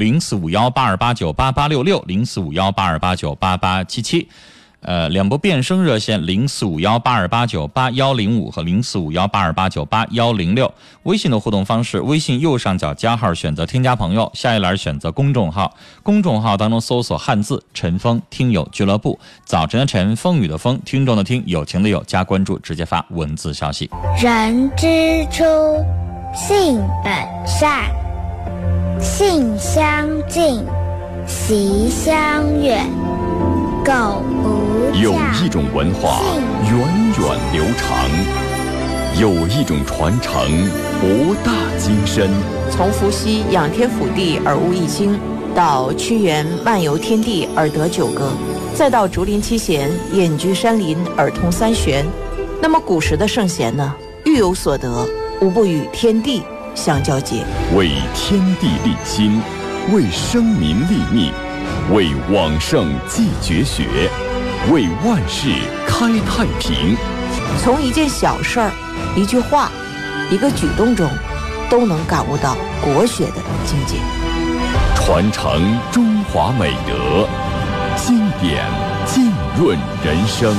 045182898866，045182898877。两部变声热线045182898105和045182898106。微信的互动方式，微信右上角加号选择添加朋友，下一栏选择公众号，公众号当中搜索汉字陈峰听友俱乐部，早晨的晨，风雨的风，听众的听，友情的友，加关注，直接发文字消息。 人之初，性本善，性相近，习相远。苟不教， 有一种文化源远流长，有一种传承博大精深。 从伏羲仰天俯地而悟易经，到屈原漫游天地而得九歌，再到竹林七贤隐居山林而通三玄。那么古时的圣贤呢，欲有所得，无不与天地相交结， 为天地立心，为生民立命，为往圣继绝学，为万世开太平。 从一件小事儿、一句话、一个举动中，都能感悟到国学的境界。 传承中华美德，经典浸润人生。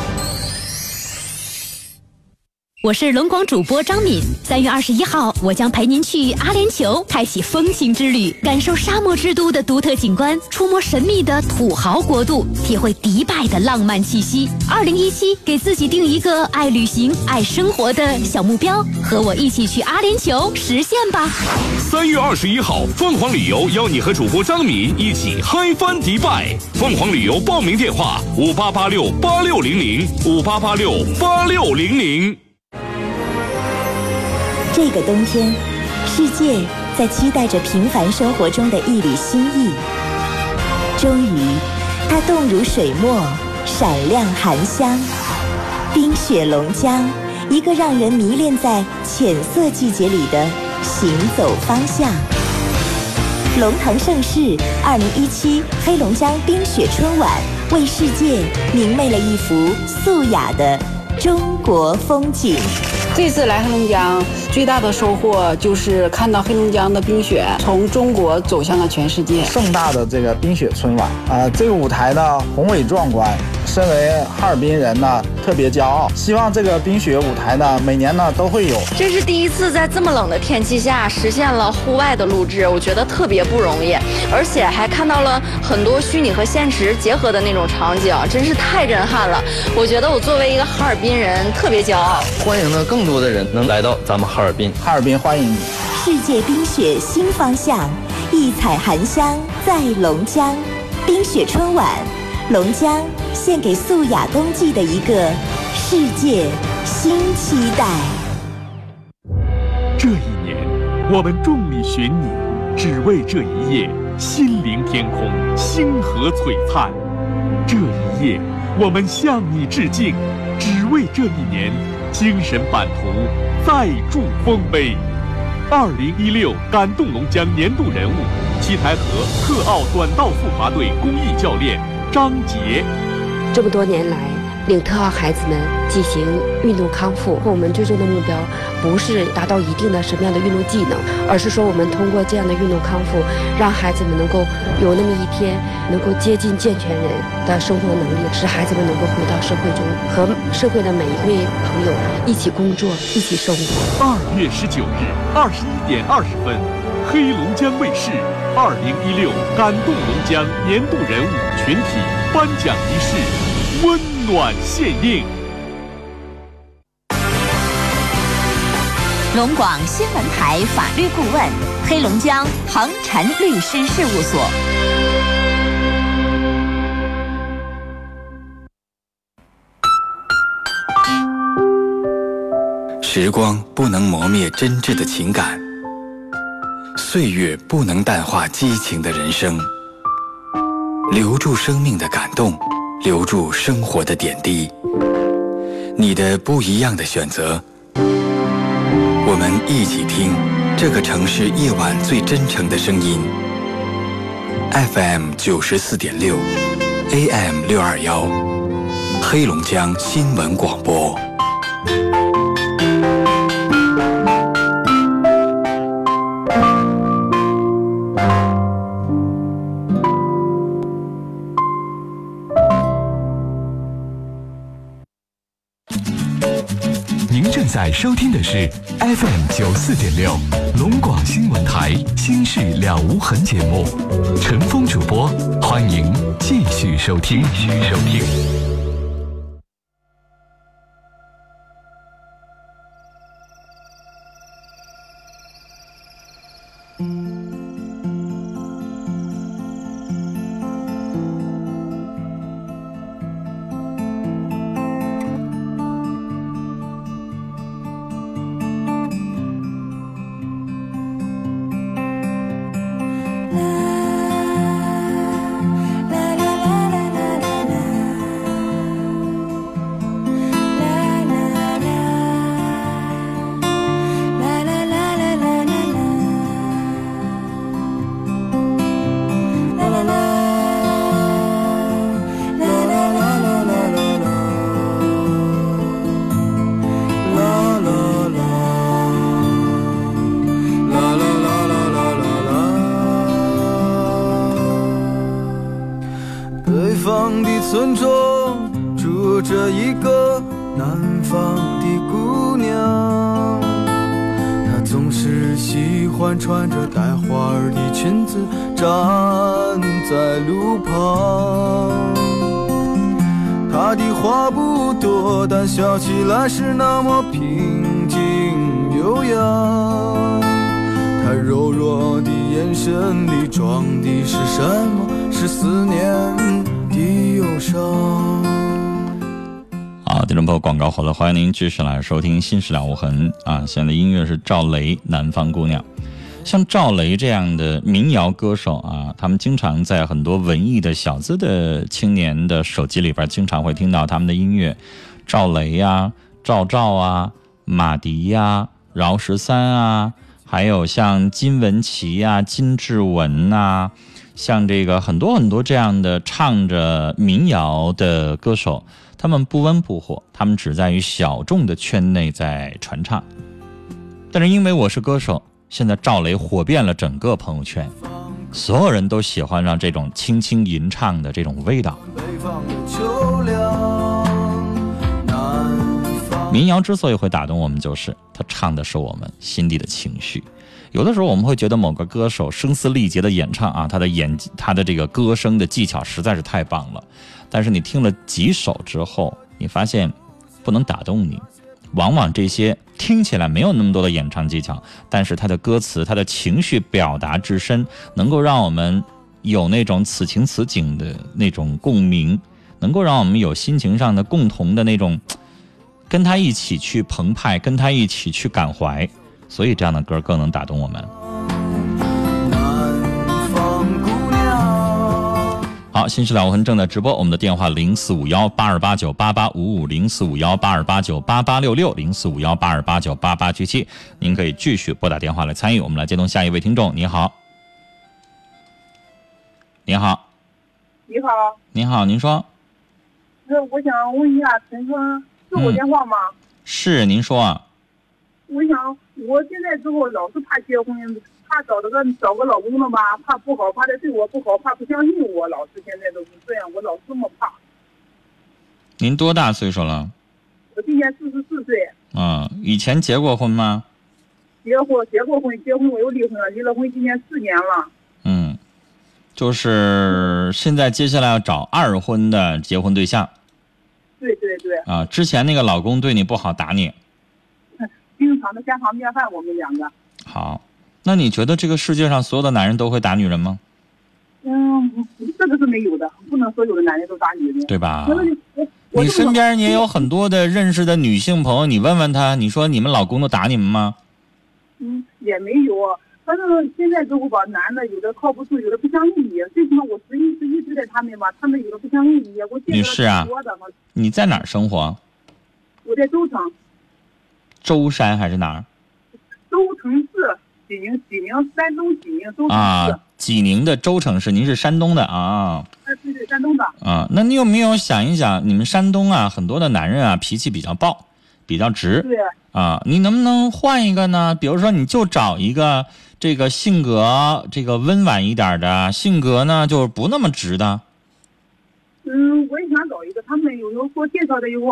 我是龙广主播张敏，3月21号，我将陪您去阿联酋，开启风情之旅，感受沙漠之都的独特景观，触摸神秘的土豪国度，体会迪拜的浪漫气息。2017，给自己定一个爱旅行、爱生活的小目标，和我一起去阿联酋实现吧。 3月21号，凤凰旅游邀你和主播张敏一起嗨翻迪拜。凤凰旅游报名电话：58868600，58868600。 这个冬天，世界在期待着平凡生活中的一缕心意。终于，它冻如水墨，闪亮含香。冰雪龙江，一个让人迷恋在浅色季节里的行走方向。龙腾盛世2017黑龙江冰雪春晚，为世界明媚了一幅素雅的中国风景。 这次来黑龙江最大的收获就是看到黑龙江的冰雪从中国走向了全世界。 盛大的这个冰雪春晚这个舞台呢宏伟壮观，身为哈尔滨人呢特别骄傲。希望这个冰雪舞台呢每年呢都会有。 这是第一次在这么冷的天气下实现了户外的录制，我觉得特别不容易，而且还看到了很多虚拟和现实结合的那种场景，真是太震撼了。我觉得我作为一个哈尔滨人特别骄傲。 欢迎呢更多的人能来到咱们哈尔滨， 哈尔滨欢迎你。 世界冰雪新方向，异彩含香在龙江。冰雪春晚，龙江献给素雅冬季的一个世界新期待。 这一年，我们众里寻你，只为这一夜心灵天空，星河璀璨。这一夜，我们向你致敬，只为这一年精神版图再铸丰碑。2016感动龙江年度人物，七台河特奥短道速滑队公益教练张杰。 这么多年来，领特奥孩子们进行运动康复，我们最终的目标不是达到一定的什么样的运动技能，而是说我们通过这样的运动康复，让孩子们能够有那么一天能够接近健全人的生活能力，使孩子们能够回到社会中，和社会的每一位朋友一起工作，一起生活。 2月19日21点20分，黑龙江卫视2016感动龙江年度人物群体颁奖仪式温暖献映。 龙广新闻台法律顾问，黑龙江恒晨律师事务所。 时光不能磨灭真挚的情感，岁月不能淡化激情的人生。留住生命的感动，留住生活的点滴，你的不一样的选择。我们一起听这个城市夜晚最真诚的声音。FM 94.6 AM 621，黑龙江新闻广播。 现在收听的是 FM94.6龙广新闻台心事了无痕节目，陈峰主播，欢迎继续收听。 村中住着一个南方的姑娘，她总是喜欢穿着带花儿的裙子站在路旁。她的话不多，但笑起来是那么平静悠扬。她柔弱的眼神里装的是什么？是思念的忧伤。 好，听众朋友，广告好了，欢迎您继续来收听《心事了无痕》啊。现在的音乐是赵雷《南方姑娘》。像赵雷这样的民谣歌手啊，他们经常在很多文艺的小资的青年的手机里边，经常会听到他们的音乐。赵雷啊，赵照啊，马迪呀，饶13啊，还有像金文岐啊，金志文啊。像这个很多很多这样的唱着民谣的歌手，他们不温不火，他们只在于小众的圈内在传唱。但是因为我是歌手，现在赵雷火遍了整个朋友圈，所有人都喜欢上这种轻轻吟唱的这种味道。民谣之所以会打动我们，就是他唱的是我们心底的情绪。有的时候我们会觉得某个歌手声嘶力竭的演唱啊，他的这个歌声的技巧实在是太棒了，但是你听了几首之后，你发现不能打动你。往往这些听起来没有那么多的演唱技巧，但是他的歌词，他的情绪表达之深，能够让我们有那种此情此景的那种共鸣，能够让我们有心情上的共同的那种跟他一起去澎湃，跟他一起去感怀，所以这样的歌更能打动我们。好，新事了无痕正在直播，我们的电话045182898855，045182898866，045182898877，您可以继续拨打电话来参与。我们来接通下一位听众。你好，你好， 你好， 你好，您说。 我想问一下陈峰，是我电话吗？ 是，您说啊。 我想，我现在之后老是怕结婚，怕找个老公了吧，怕不好，怕他对我不好，怕不相信我，老是现在都是这样，我老是这么怕。 您多大岁数了？ 我今年44岁。 以前结过婚吗？ 结过婚，结婚我又离婚了，离了婚今年4年了。 就是现在接下来要找2婚的结婚对象。 对对对。 之前那个老公对你不好，打你。 经常的家常便饭，我们两个。好， 那你觉得这个世界上所有的男人都会打女人吗？ 这个是没有的，不能所有的男人都打女人， 对吧？你身边也有很多的认识的女性朋友，你问问他，你说你们老公都打你们吗？ 也没有，反正现在之后吧，男的有的靠不住，有的不相信你，最起码我实一直在他们吧，他们有的不相信你，我见到了很多的。 你在哪儿生活？ 我在州城。 舟山还是哪儿？ 州城市，济宁，山东济宁州城市。 济宁的州城市，您是山东的啊？ 对，山东的。 那你有没有想一想，你们山东啊，很多的男人啊，脾气比较暴，比较直。 对。 你能不能换一个呢？比如说，你就找一个这个性格这个温婉一点的，性格呢就不那么直的。 我也想找一个，他们有时候给我介绍的以后。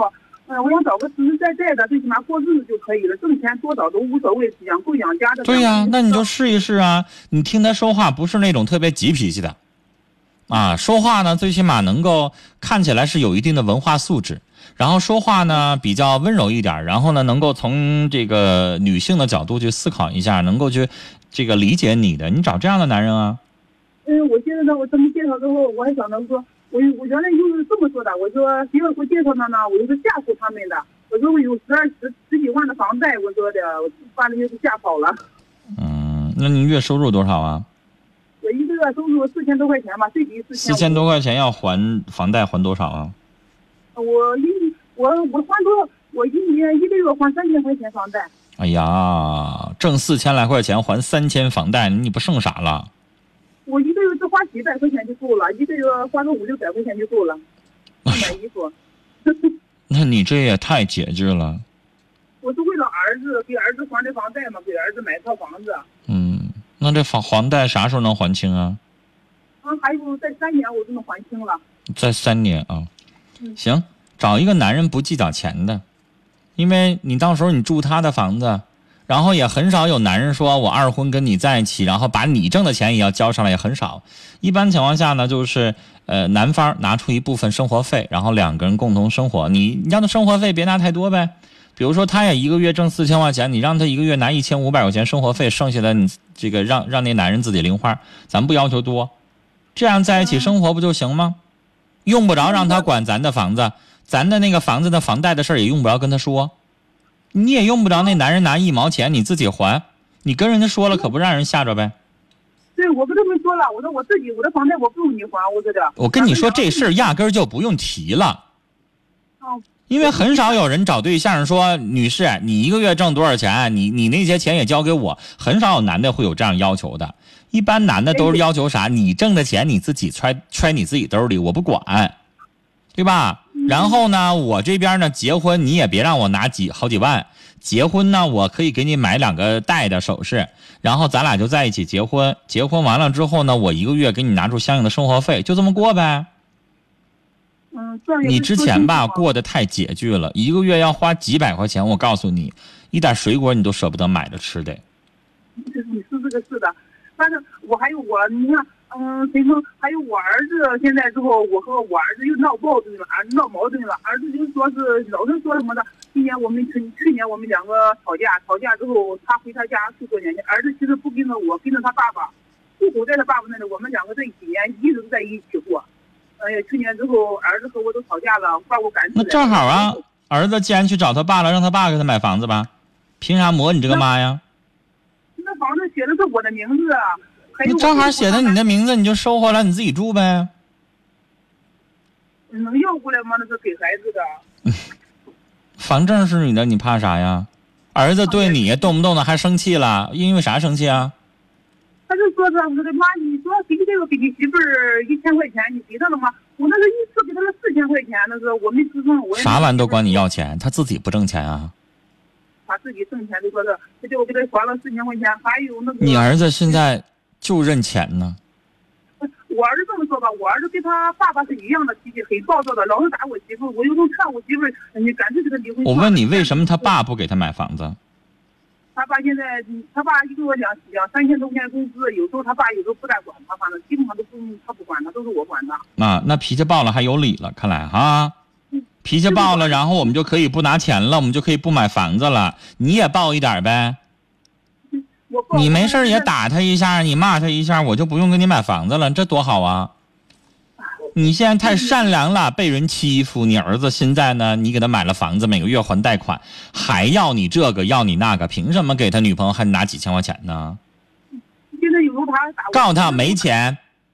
我想找个实实在在的，最起码过日子就可以了，挣钱多少都无所谓，养够养家的。 对呀，那你就试一试啊！你听他说话不是那种特别急脾气的，啊，说话呢最起码能够看起来是有一定的文化素质，然后说话呢比较温柔一点，然后呢能够从这个女性的角度去思考一下，能够去这个理解你的，你找这样的男人啊。 我现在呢，我这么介绍之后，我还想着说。我原来就是这么说的，我说媳妇给我介绍的呢，我就是吓唬他们的。我说我有十几万的房贷，我说的，我把那些都吓跑了。 那你月收入多少啊？ 我一个月收入4000多块钱吧，最低4000 多块钱要还房贷还多少啊？ 我还多少？我一年一个月还3000块钱房贷。 哎呀，挣4000来块钱还3000房贷，你不剩啥了？ 我一个月只花几百块钱就够了，一个月花个500-600块钱就够了，买衣服。 那你这也太拮据了。 我是为了儿子，给儿子还的房贷嘛，给儿子买套房子。 那这房贷啥时候能还清啊？ 还有在3年我就能还清了。 在3年啊？行，找一个男人不计较钱的，因为你到时候你住他的房子。然后也很少有男人说我二婚跟你在一起，然后把你挣的钱也要交上来，也很少。一般情况下呢，就是男方拿出一部分生活费，然后2个人共同生活。你让他生活费别拿太多呗，比如说他也一个月挣4000块钱，你让他一个月拿1500块钱生活费，剩下的你这个让那男人自己零花，咱不要求多，这样在一起生活不就行吗？用不着让他管咱的房子，咱的那个房子的房贷的事儿也用不着跟他说。你也用不着那男人拿1毛钱你自己还，你跟人家说了可不让人吓着呗。 对，我跟他们说了，我说我的房贷我不用你还，我觉得。 我跟你说这事儿压根儿就不用提了。因为很少有人找对象说，女士你一个月挣多少钱，你那些钱也交给我，很少有男的会有这样要求的。一般男的都是要求啥？你挣的钱你自己揣你自己兜里，我不管，对吧？然后呢，我这边呢结婚你也别让我拿好几万，结婚呢我可以给你买2个戴的首饰，然后咱俩就在一起结婚，结婚完了之后呢，我一个月给你拿出相应的生活费，就这么过呗。你之前吧过得太拮据了，一个月要花几百块钱，我告诉你，一点水果你都舍不得买着吃的。 你是这个是的，反正我还有你看。谁说还有我儿子现在之后，我和我儿子又闹矛盾了，闹矛盾了。儿子就说是老是说什么的。今年我们去年我们2个吵架之后，他回他家去过年。儿子其实不跟着我，跟着他爸爸，户口在他爸爸那里。我们2个这几年一直在一起过。去年之后，儿子和我都吵架了，把我赶出来。 那正好啊，儿子既然去找他爸了，让他爸给他买房子吧，凭啥磨你这个妈呀？ 那房子写的是我的名字。 那正好写的你的名字，你就收回来，你自己住呗。 能要过来吗？那是给孩子的。 房证是你的，你怕啥呀？儿子对你动不动的还生气了，因为啥生气啊？ 他就说他说的妈，你说给你媳妇儿1000块钱，你给他了吗？我那是一次给他了4000块钱，那是我没支撑，我啥玩意都管你要钱，他自己不挣钱啊？ 他自己挣钱就说是，他就我给他还了4000块钱，还有那个。 你儿子现在就认钱呢？ 我儿子这么说吧，我儿子跟他爸爸是一样的脾气，很暴躁的，老是打我媳妇。我有时候劝我媳妇，你干脆给他离婚。 我问你，为什么他爸不给他买房子？ 他爸现在，他爸一个月2-3千多块钱工资，有时候他爸有时候不大管他，反正基本上都不他不管他，都是我管他。 那脾气暴了还有理了，看来哈。脾气暴了，然后我们就可以不拿钱了，我们就可以不买房子了。你也暴一点呗。你没事也打他一下，你骂他一下，我就不用给你买房子了，这多好啊！你现在太善良了，被人欺负。你儿子现在呢，你给他买了房子，每个月还贷款，还要你这个要你那个，凭什么给他女朋友还拿几千块钱呢？ 现在有时候他打我， 告诉他没钱。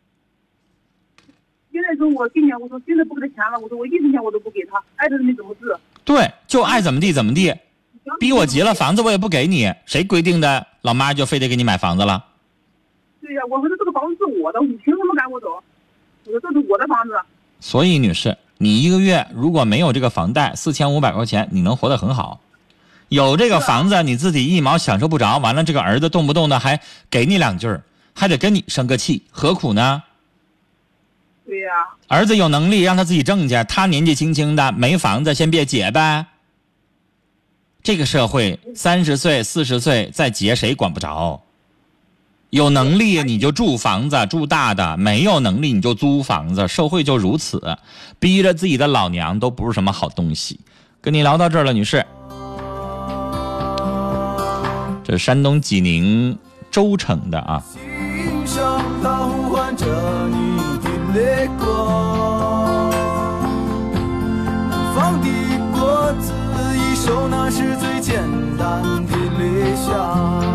现在说我今年我说现在不给他钱了，我说我1分钱我都不给他，爱他怎么治。 对，就爱怎么地怎么地。逼我急了，房子我也不给你，谁规定的？老妈就非得给你买房子了？ 对呀，我说这个房子是我的，你凭什么赶我走？我说这是我的房子。 所以女士，你一个月如果没有这个房贷4500块钱，你能活得很好。有这个房子，你自己1毛享受不着，完了这个儿子动不动的还给你2句，还得跟你生个气，何苦呢？ 对对呀。 儿子有能力让他自己挣去，他年纪轻轻的没房子，先别结呗。这个社会30岁40岁再结谁管不着？有能力你就住房子，住大的；没有能力你就租房子。社会就如此，逼着自己的老娘都不是什么好东西。跟你聊到这儿了，女士。这是山东济宁周城的啊。 心上它呼唤着你的泪光，南方的果子一熟，那是最简单的理想。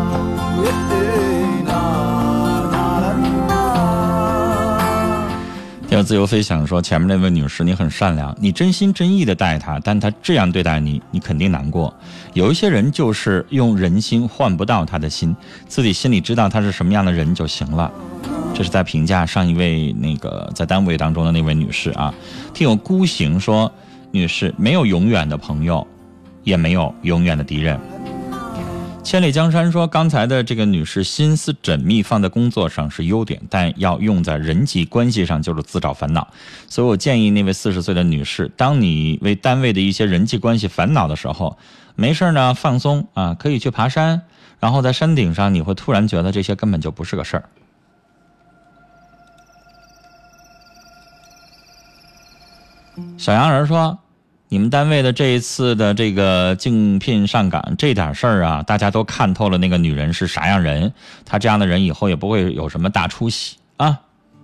听有自由飞翔说，前面那位女士你很善良，你真心真意的待她，但她这样对待你，你肯定难过。有一些人就是用人心换不到他的心，自己心里知道他是什么样的人就行了。这是在评价上一位那个在单位当中的那位女士啊。听有孤行说，女士没有永远的朋友，也没有永远的敌人。千里江山说，刚才的这个女士心思缜密放在工作上是优点，但要用在人际关系上就是自找烦恼。所以我建议那位40岁的女士，当你为单位的一些人际关系烦恼的时候，没事呢放松啊，可以去爬山，然后在山顶上你会突然觉得这些根本就不是个事儿。小洋人说，你们单位的这一次的这个竞聘上岗这点事儿啊，大家都看透了那个女人是啥样人，她这样的人以后也不会有什么大出息啊。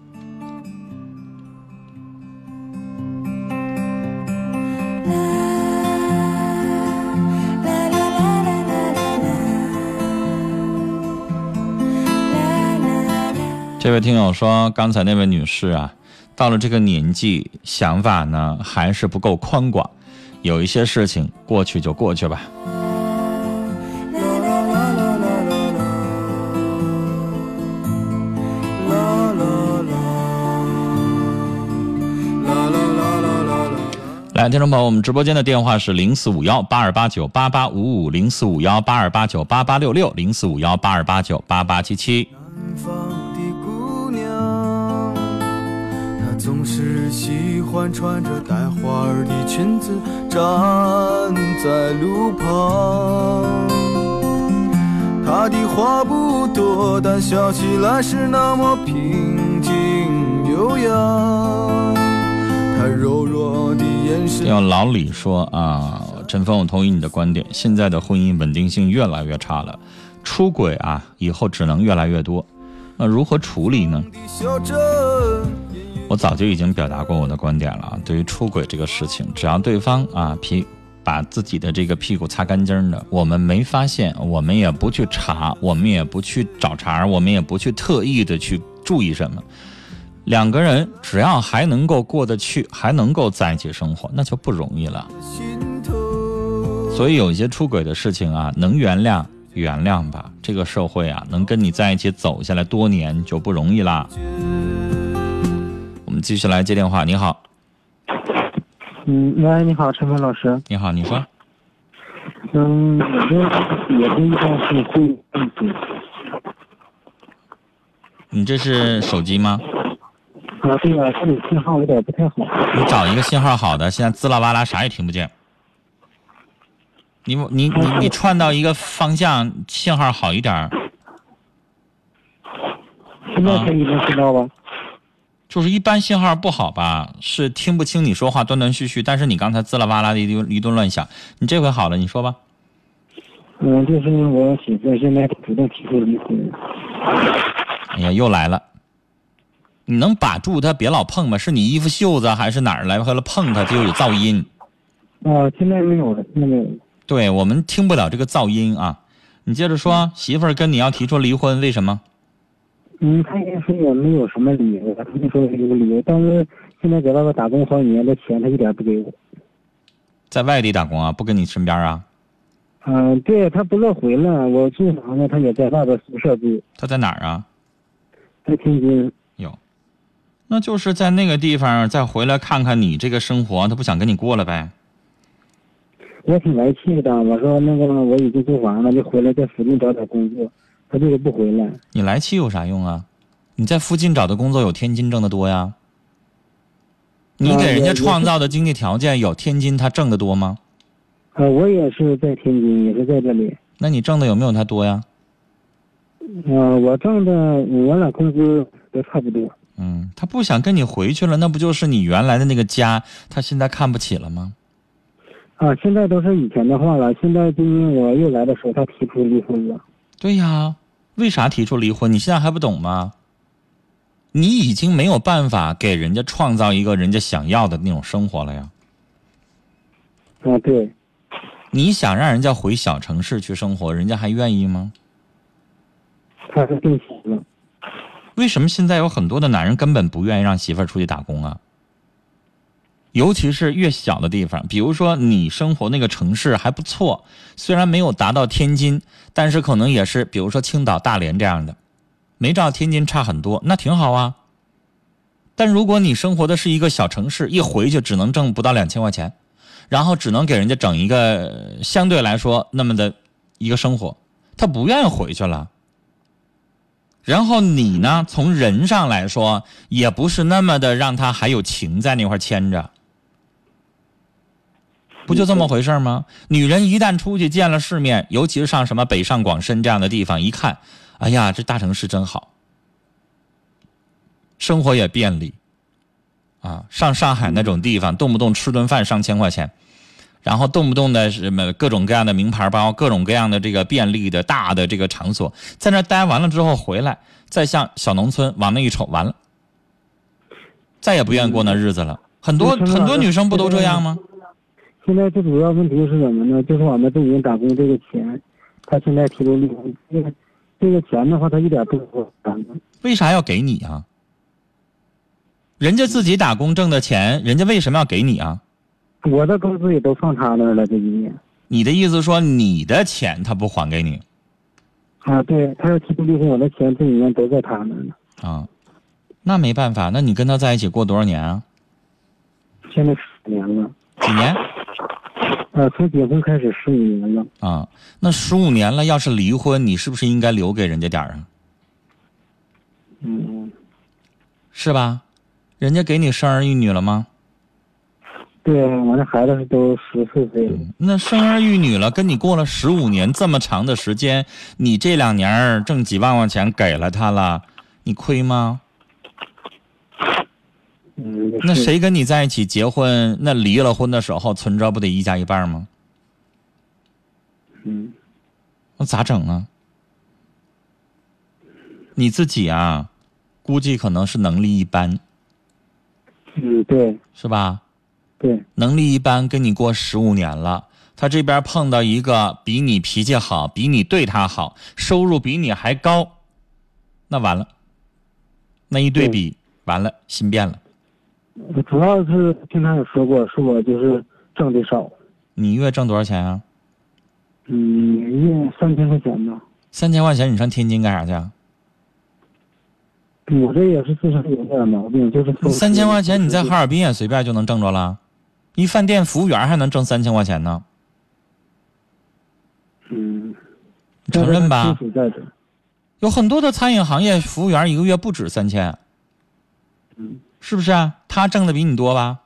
这位听友说，刚才那位女士啊，到了这个年纪，想法呢还是不够宽广，有一些事情过去就过去吧。来，听众朋友，我们直播间的电话是045182898855 045182898866 045182898877。 总是喜欢穿着带花儿的裙子站在路旁，她的话不多，但笑起来是那么平静悠扬，她柔弱的眼神。 要老李说啊，陈峰，我同意你的观点，现在的婚姻稳定性越来越差了，出轨啊以后只能越来越多，那如何处理呢？我早就已经表达过我的观点了，对于出轨这个事情，只要对方啊把自己的这个屁股擦干净的，我们没发现，我们也不去查，我们也不去找茬，我们也不去特意的去注意什么，两个人只要还能够过得去，还能够在一起生活，那就不容易了。所以有一些出轨的事情啊，能原谅原谅吧，这个社会啊，能跟你在一起走下来多年就不容易啦。我们继续来接电话。你好。 喂，你好，陈峰老师。 你好，你说。 我也是一般是会。 你这是手机吗？ 啊，对呀，这里信号有点不太好。 你找一个信号好的，现在滋啦哇啦啥也听不见。你串到一个方向，信号好一点。 现在可以能听到吧？ 就是一般信号不好吧，是听不清你说话，断断续续。但是你刚才滋啦哇啦的一顿乱响，你这回好了，你说吧。 就是我媳妇现在主动提出离婚。 哎呀，又来了！你能把住他，别老碰吧？是你衣服袖子还是哪儿来回了碰他就有噪音？ 现在没有了，现在没有了。 对，我们听不了这个噪音啊。你接着说，媳妇儿跟你要提出离婚，为什么？ 他也说也没有什么理由，他就说有理由，但是现在在外边打工好几年的钱，他一点不给我。 在外地打工啊，不跟你身边啊？ 对，他不乐回来，我租房子，他也在外边宿舍住。 他在哪儿啊？ 在天津。 有，那就是在那个地方再回来看看你这个生活，他不想跟你过了呗？ 我挺来气的，我说那个我已经租房了，就回来在附近找点工作。他就是不回来。 你来气有啥用啊？你在附近找的工作有天津挣得多呀。 你给人家创造的经济条件有天津他挣得多吗？ 我也是在天津，也是在这里。 那你挣的有没有他多呀？ 我挣的我俩工资都差不多。 他不想跟你回去了，那不就是你原来的那个家，他现在看不起了吗？ 现在都是以前的话了。现在今年我又来的时候，他提出离婚了。 对呀，为啥提出离婚？你现在还不懂吗？你已经没有办法给人家创造一个人家想要的那种生活了呀。 对。 你想让人家回小城市去生活，人家还愿意吗？ 他是定期了。 为什么现在有很多的男人根本不愿意让媳妇儿出去打工啊？尤其是越小的地方，比如说你生活那个城市还不错，虽然没有达到天津，但是可能也是比如说青岛、大连这样的，没照天津差很多，那挺好啊。但如果你生活的是一个小城市，一回去只能挣不到2000块钱，然后只能给人家整一个相对来说那么的一个生活，他不愿意回去了。然后你呢，从人上来说也不是那么的让他还有情在那块牵着，不就这么回事吗？女人一旦出去见了世面，尤其是上什么北上广深这样的地方，一看，哎呀，这大城市真好，生活也便利啊。上上海那种地方，动不动吃顿饭上1000块钱，然后动不动的什么各种各样的名牌包，各种各样的这个便利的大的这个场所，在那待完了之后回来，再像小农村往那一瞅，完了，再也不愿意过那日子了。很多女生不都这样吗？ 现在最主要问题是什么呢？就是我们这已经打工这个钱，他现在提出离婚，这个钱的话，他一点不给我干。 为啥要给你啊？人家自己打工挣的钱，人家为什么要给你啊？ 我的工资也都放他那儿了，这一年。 你的意思说你的钱他不还给你？ 对，他要提出离婚，我的钱这一年都在他那儿呢。 那没办法，那你跟他在一起过多少年啊？ 现在10年了。 几年？ 从结婚开始15年了。 那15年了，要是离婚，你是不是应该留给人家点啊？是吧？人家给你生儿育女了吗？ 对，我那孩子都14岁了。 那生儿育女了，跟你过了15年这么长的时间，你这2年挣几万块钱给了他了，你亏吗？那谁跟你在一起结婚，那离了婚的时候存折不得1加1半吗？那咋整啊？你自己啊，估计可能是能力一般。 对。 是吧？ 对。 能力一般，跟你过15年了，他这边碰到一个比你脾气好，比你对他好，收入比你还高，那完了，那一对比，完了，心变了。 主要是听他也说过，说我就是挣的少。 你月挣多少钱啊？ 月3000块钱吧。 3000块钱，你上天津干啥去啊？ 我这也是自身有点毛病，就是 3000块钱，你在哈尔滨也随便就能挣着了，一饭店服务员还能挣3000块钱呢。承认吧？有很多的餐饮行业服务员一个月不止3000。是不是啊？他挣的比你多吧？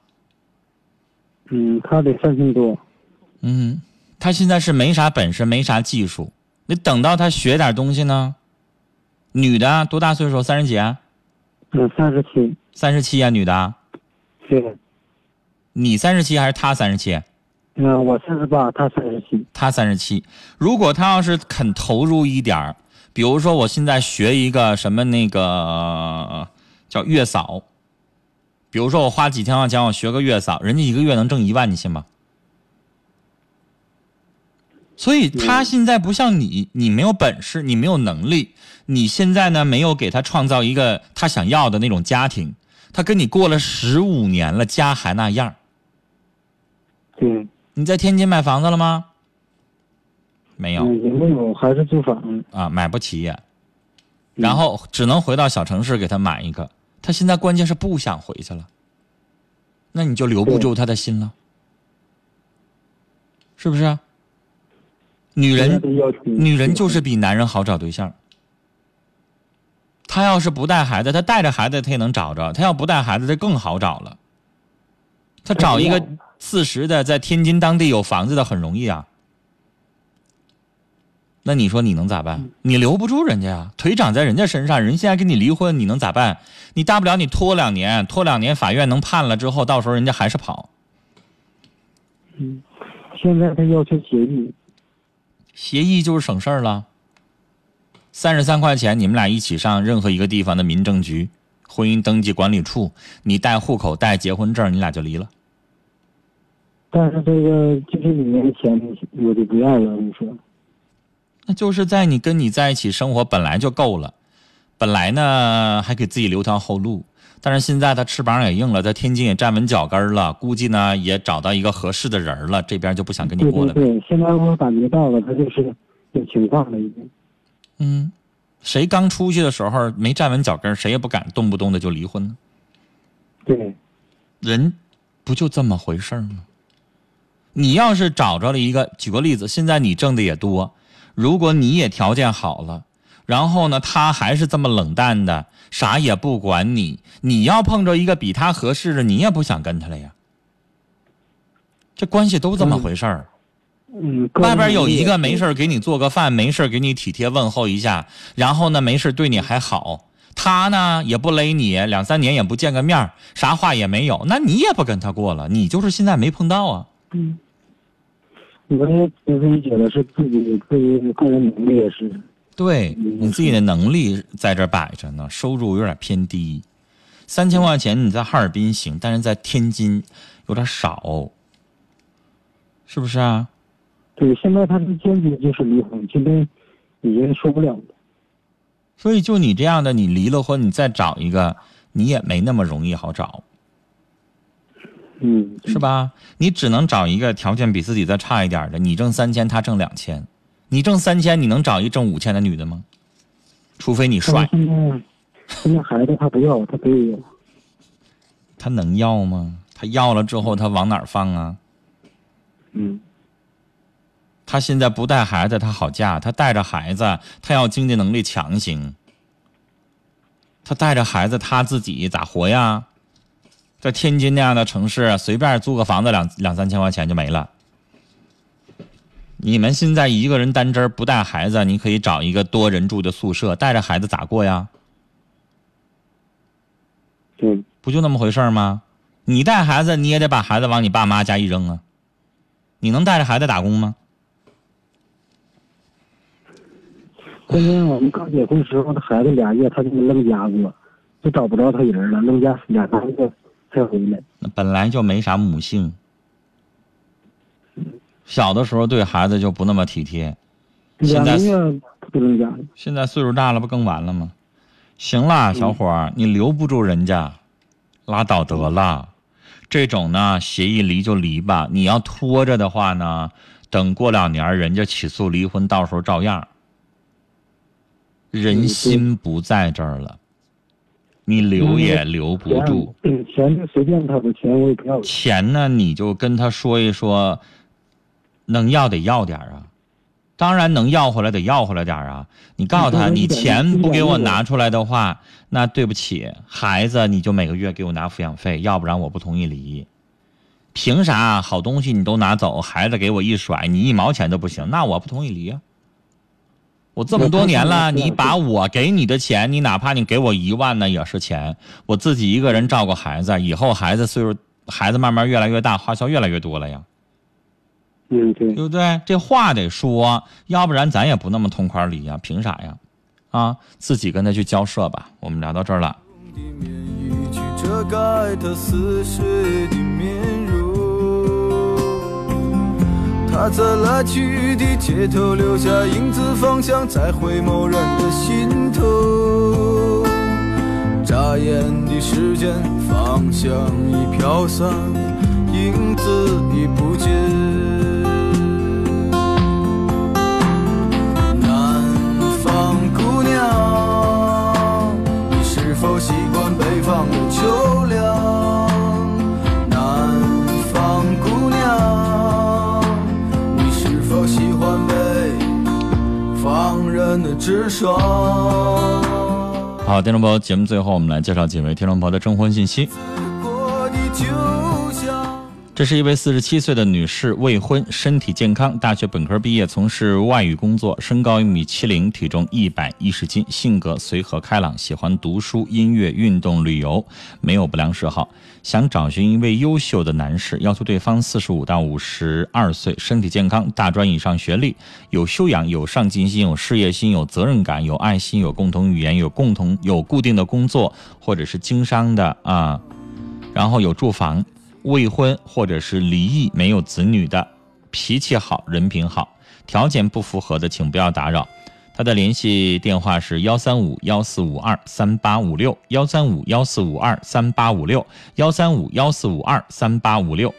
他得3000多。 他现在是没啥本事，没啥技术，你等到他学点东西呢。女的多大岁数？30几啊 ？37。 37啊，女的。 对。 你37还是他37？ 我38，他37。 他37。如果他要是肯投入一点，比如说我现在学一个什么那个叫月嫂。比如说我花几千块钱我学个月嫂，人家一个月能挣1万，你信吗？所以他现在不像你，你没有本事，你没有能力，你现在呢没有给他创造一个他想要的那种家庭，他跟你过了15年了，家还那样。 对。 你在天津买房子了吗？没有。 也没有，还是租房。 买不起也。然后只能回到小城市给他买一个。他现在关键是不想回去了，那你就留不住他的心了，是不是？女人就是比男人好找对象。他要是不带孩子，他带着孩子他也能找着，他要不带孩子他更好找了。 他找一个40的在天津当地有房子的很容易啊。那你说你能咋办？你留不住人家呀，腿长在人家身上，人现在跟你离婚，你能咋办？你大不了你拖2年，法院能判了之后，到时候人家还是跑。 现在他要求协议就是省事儿了。33块钱，你们俩一起上任何一个地方的民政局、婚姻登记管理处，你带户口、带结婚证，你俩就离了。 但是这个就是里面的钱我就不要了，你说。 那就是在你跟你在一起生活本来就够了，本来呢还给自己留条后路，但是现在他翅膀也硬了，在天津也站稳脚跟了，估计呢也找到一个合适的人了，这边就不想跟你过了。 对，现在我感觉到了，他就是有情况了已经。 谁刚出去的时候没站稳脚跟，谁也不敢动不动的就离婚呢。 对， 人不就这么回事吗？你要是找着了一个，举个例子，现在你挣的也多，如果你也条件好了，然后呢他还是这么冷淡的，啥也不管你，你要碰着一个比他合适的，你也不想跟他了呀。这关系都这么回事儿。外边有一个没事给你做个饭，没事给你体贴问候一下，然后呢没事对你还好，他呢也不勒你，2、3年也不见个面，啥话也没有，那你也不跟他过了，你就是现在没碰到啊。 我也觉得是自己个人能力也是。 对，你自己的能力在这摆着呢，收入有点偏低，3000块钱你在哈尔滨行，但是在天津有点少，是不是啊？ 对，现在他是坚决就是离婚，现在已经受不了了。 所以就你这样的，你离了婚，你再找一个，你也没那么容易好找。是吧？你只能找一个条件比自己再差一点的，你挣3000，他挣2000，你挣3000，你能找一挣5000的女的吗？除非你帅。 现在孩子他不要，他非要。 他能要吗？他要了之后，他往哪儿放啊？他现在不带孩子，他好嫁；他带着孩子，他要经济能力强行。他带着孩子，他自己咋活呀？在天津那样的城市，随便租个房子2、3千块钱就没了。你们现在一个人单针不带孩子，你可以找一个多人住的宿舍，带着孩子咋过呀？不就那么回事吗？你带孩子，你也得把孩子往你爸妈家一扔啊。你能带着孩子打工吗？ 关键我们刚结婚时候，他孩子2月他就扔家过，就找不着他人了，扔家2、3个才回来。 那本来就没啥母性，小的时候对孩子就不那么体贴。现在岁数大了，不更完了吗？行了，小伙儿，你留不住人家，拉倒得了。这种呢，协议离就离吧。你要拖着的话呢，等过2年人家起诉离婚，到时候照样。人心不在这儿了，你留也留不住。 钱就随便他的，钱我也不要。 钱呢，你就跟他说一说，能要得要点啊。当然能要回来得要回来点啊。你告诉他，你钱不给我拿出来的话，那对不起，孩子你就每个月给我拿抚养费，要不然我不同意离。凭啥好东西你都拿走，孩子给我一甩，你1毛钱都不行，那我不同意离啊。我这么多年了，你把我给你的钱，你哪怕你给我1万呢，也是钱。我自己一个人照顾孩子，以后孩子慢慢越来越大，花销越来越多了呀。 对不对？这话得说，要不然咱也不那么痛快离呀，凭啥呀？啊，自己跟他去交涉吧。我们聊到这儿了。 遮盖他似水的面容，他在来去的街头留下影子，方向在回眸人的心头。眨眼的时间，方向已飘散，影子已不见。南方姑娘，你是否习惯北方的秋凉？南方姑娘，你是否喜欢北方人的直爽？ 好，听众朋友，节目最后我们来介绍几位听众朋友的征婚信息。 就像这是一位47岁的女士，未婚，身体健康，大学本科毕业，从事外语工作，身高1.70米，体重110斤，性格随和开朗，喜欢读书、音乐、运动、旅游，没有不良嗜好。想找寻一位优秀的男士，要求对方45到52岁，身体健康，大专以上学历，有修养，有上进心，有事业心，有责任感，有爱心，有共同语言，有固定的工作或者是经商的然后有住房，未婚或者是离异没有子女的，脾气好，人品好，条件不符合的请不要打扰。他的联系电话是13514523856 13514523856 13514523856。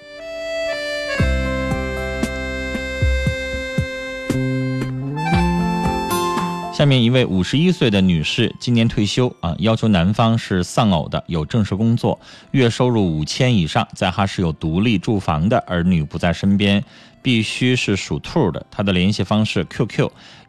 下面一位51岁的女士，今年退休要求男方是丧偶的，有正式工作，月收入5000以上，在哈市有独立住房的，儿女不在身边，必须是属兔的。她的联系方式 QQ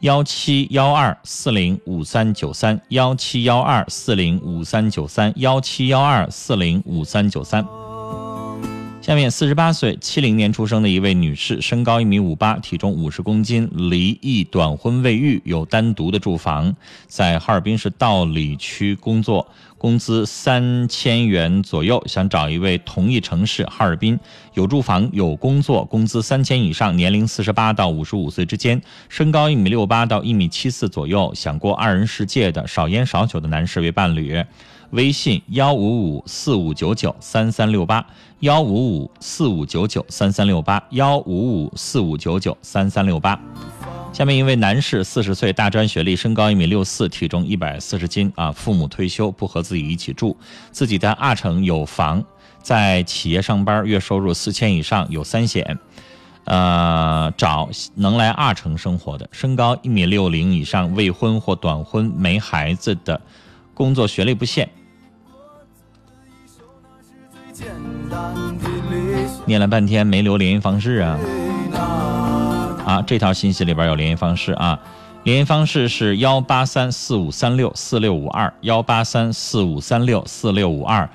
1712405393 1712405393 1712405393。下面48岁70年出生的一位女士，身高1.58米，体重50公斤，离异短婚未育，有单独的住房，在哈尔滨市道里区工作，工资3000元左右，想找一位同一城市哈尔滨，有住房有工作，工资3000以上，年龄48到55岁之间，身高1.68米到1.74米左右，想过2人世界的，少烟少酒的男士为伴侣。微信15545993368 15545993368 15545993368。下面一位男士，40岁，大专学历，身高1.64米，体重140斤父母退休，不和自己一起住，自己在阿城有房，在企业上班，月收入4000以上，有3险。找能来阿城生活的，身高1.60米以上，未婚或短婚，没孩子的，工作学历不限。念了半天没留联系方式这条信息里边有联系方式联系方式是18345364652 18345364652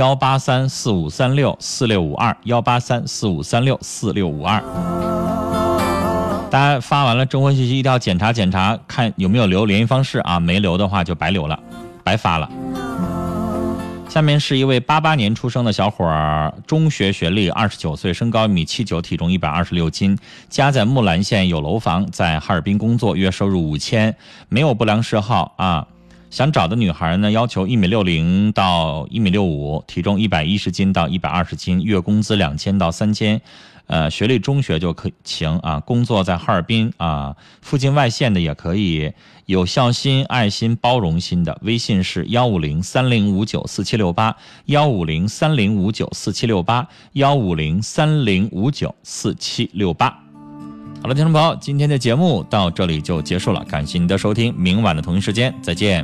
18345364652 18345364652。大家发完了征婚信息一定要检查看有没有留联系方式没留的话就白留了，白发了。下面是一位88年出生的小伙，中学学历，29岁，身高1.79米，体重126斤，家在木兰县，有楼房，在哈尔滨工作，月收入5000，没有不良嗜好想找的女孩呢，要求1.60米到1.65米，体重110斤到120斤，月工资2000到3000，学历中学就可行工作在哈尔滨附近外县的也可以，有孝心、爱心、包容心的。微信是15030594768 15030594768 15030594768。好了，听众朋友，今天的节目到这里就结束了，感谢您的收听，明晚的同一时间再见。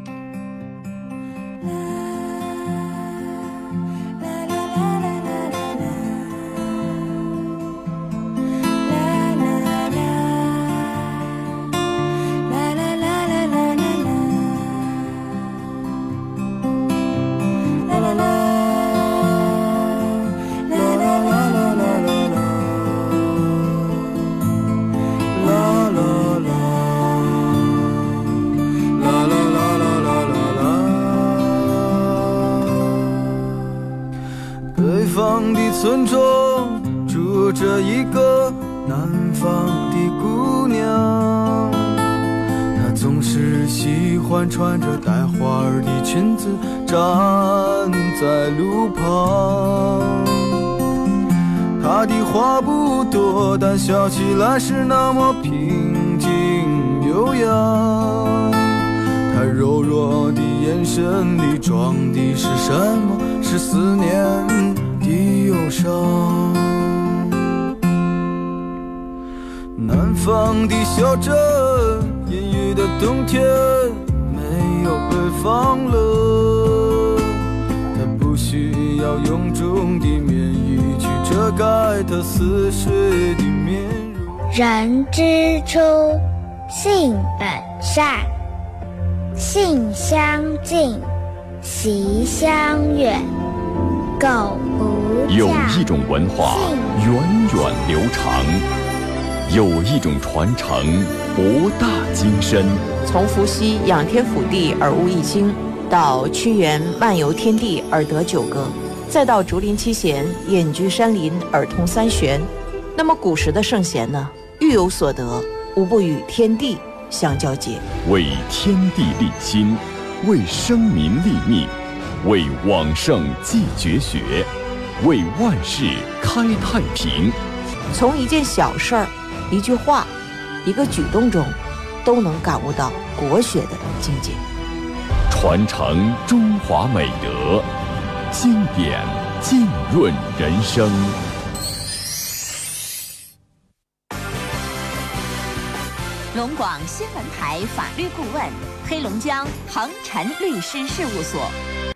村中住着一个南方的姑娘，她总是喜欢穿着带花儿的裙子站在路旁。她的话不多，但笑起来是那么平静悠扬。她柔弱的眼神里装的是什么？是思念的忧伤。南方的小镇，阴郁的冬天，没有北方冷。它不需要臃肿的棉衣去遮盖它似水的面容。 人之初，性本善，性相近，习相远，苟不有一种文化源远流长，有一种传承博大精深。 从伏羲仰天俯地而悟一经，到屈原漫游天地而得九歌，再到竹林七贤隐居山林而通三玄。那么古时的圣贤呢，欲有所得，无不与天地相交结， 为天地立心，为生民立命，为往圣继绝学，为万世开太平。 从一件小事儿、一句话、一个举动中，都能感悟到国学的境界。 传承中华美德，经典浸润人生。 龙广新闻台法律顾问，黑龙江恒晨律师事务所。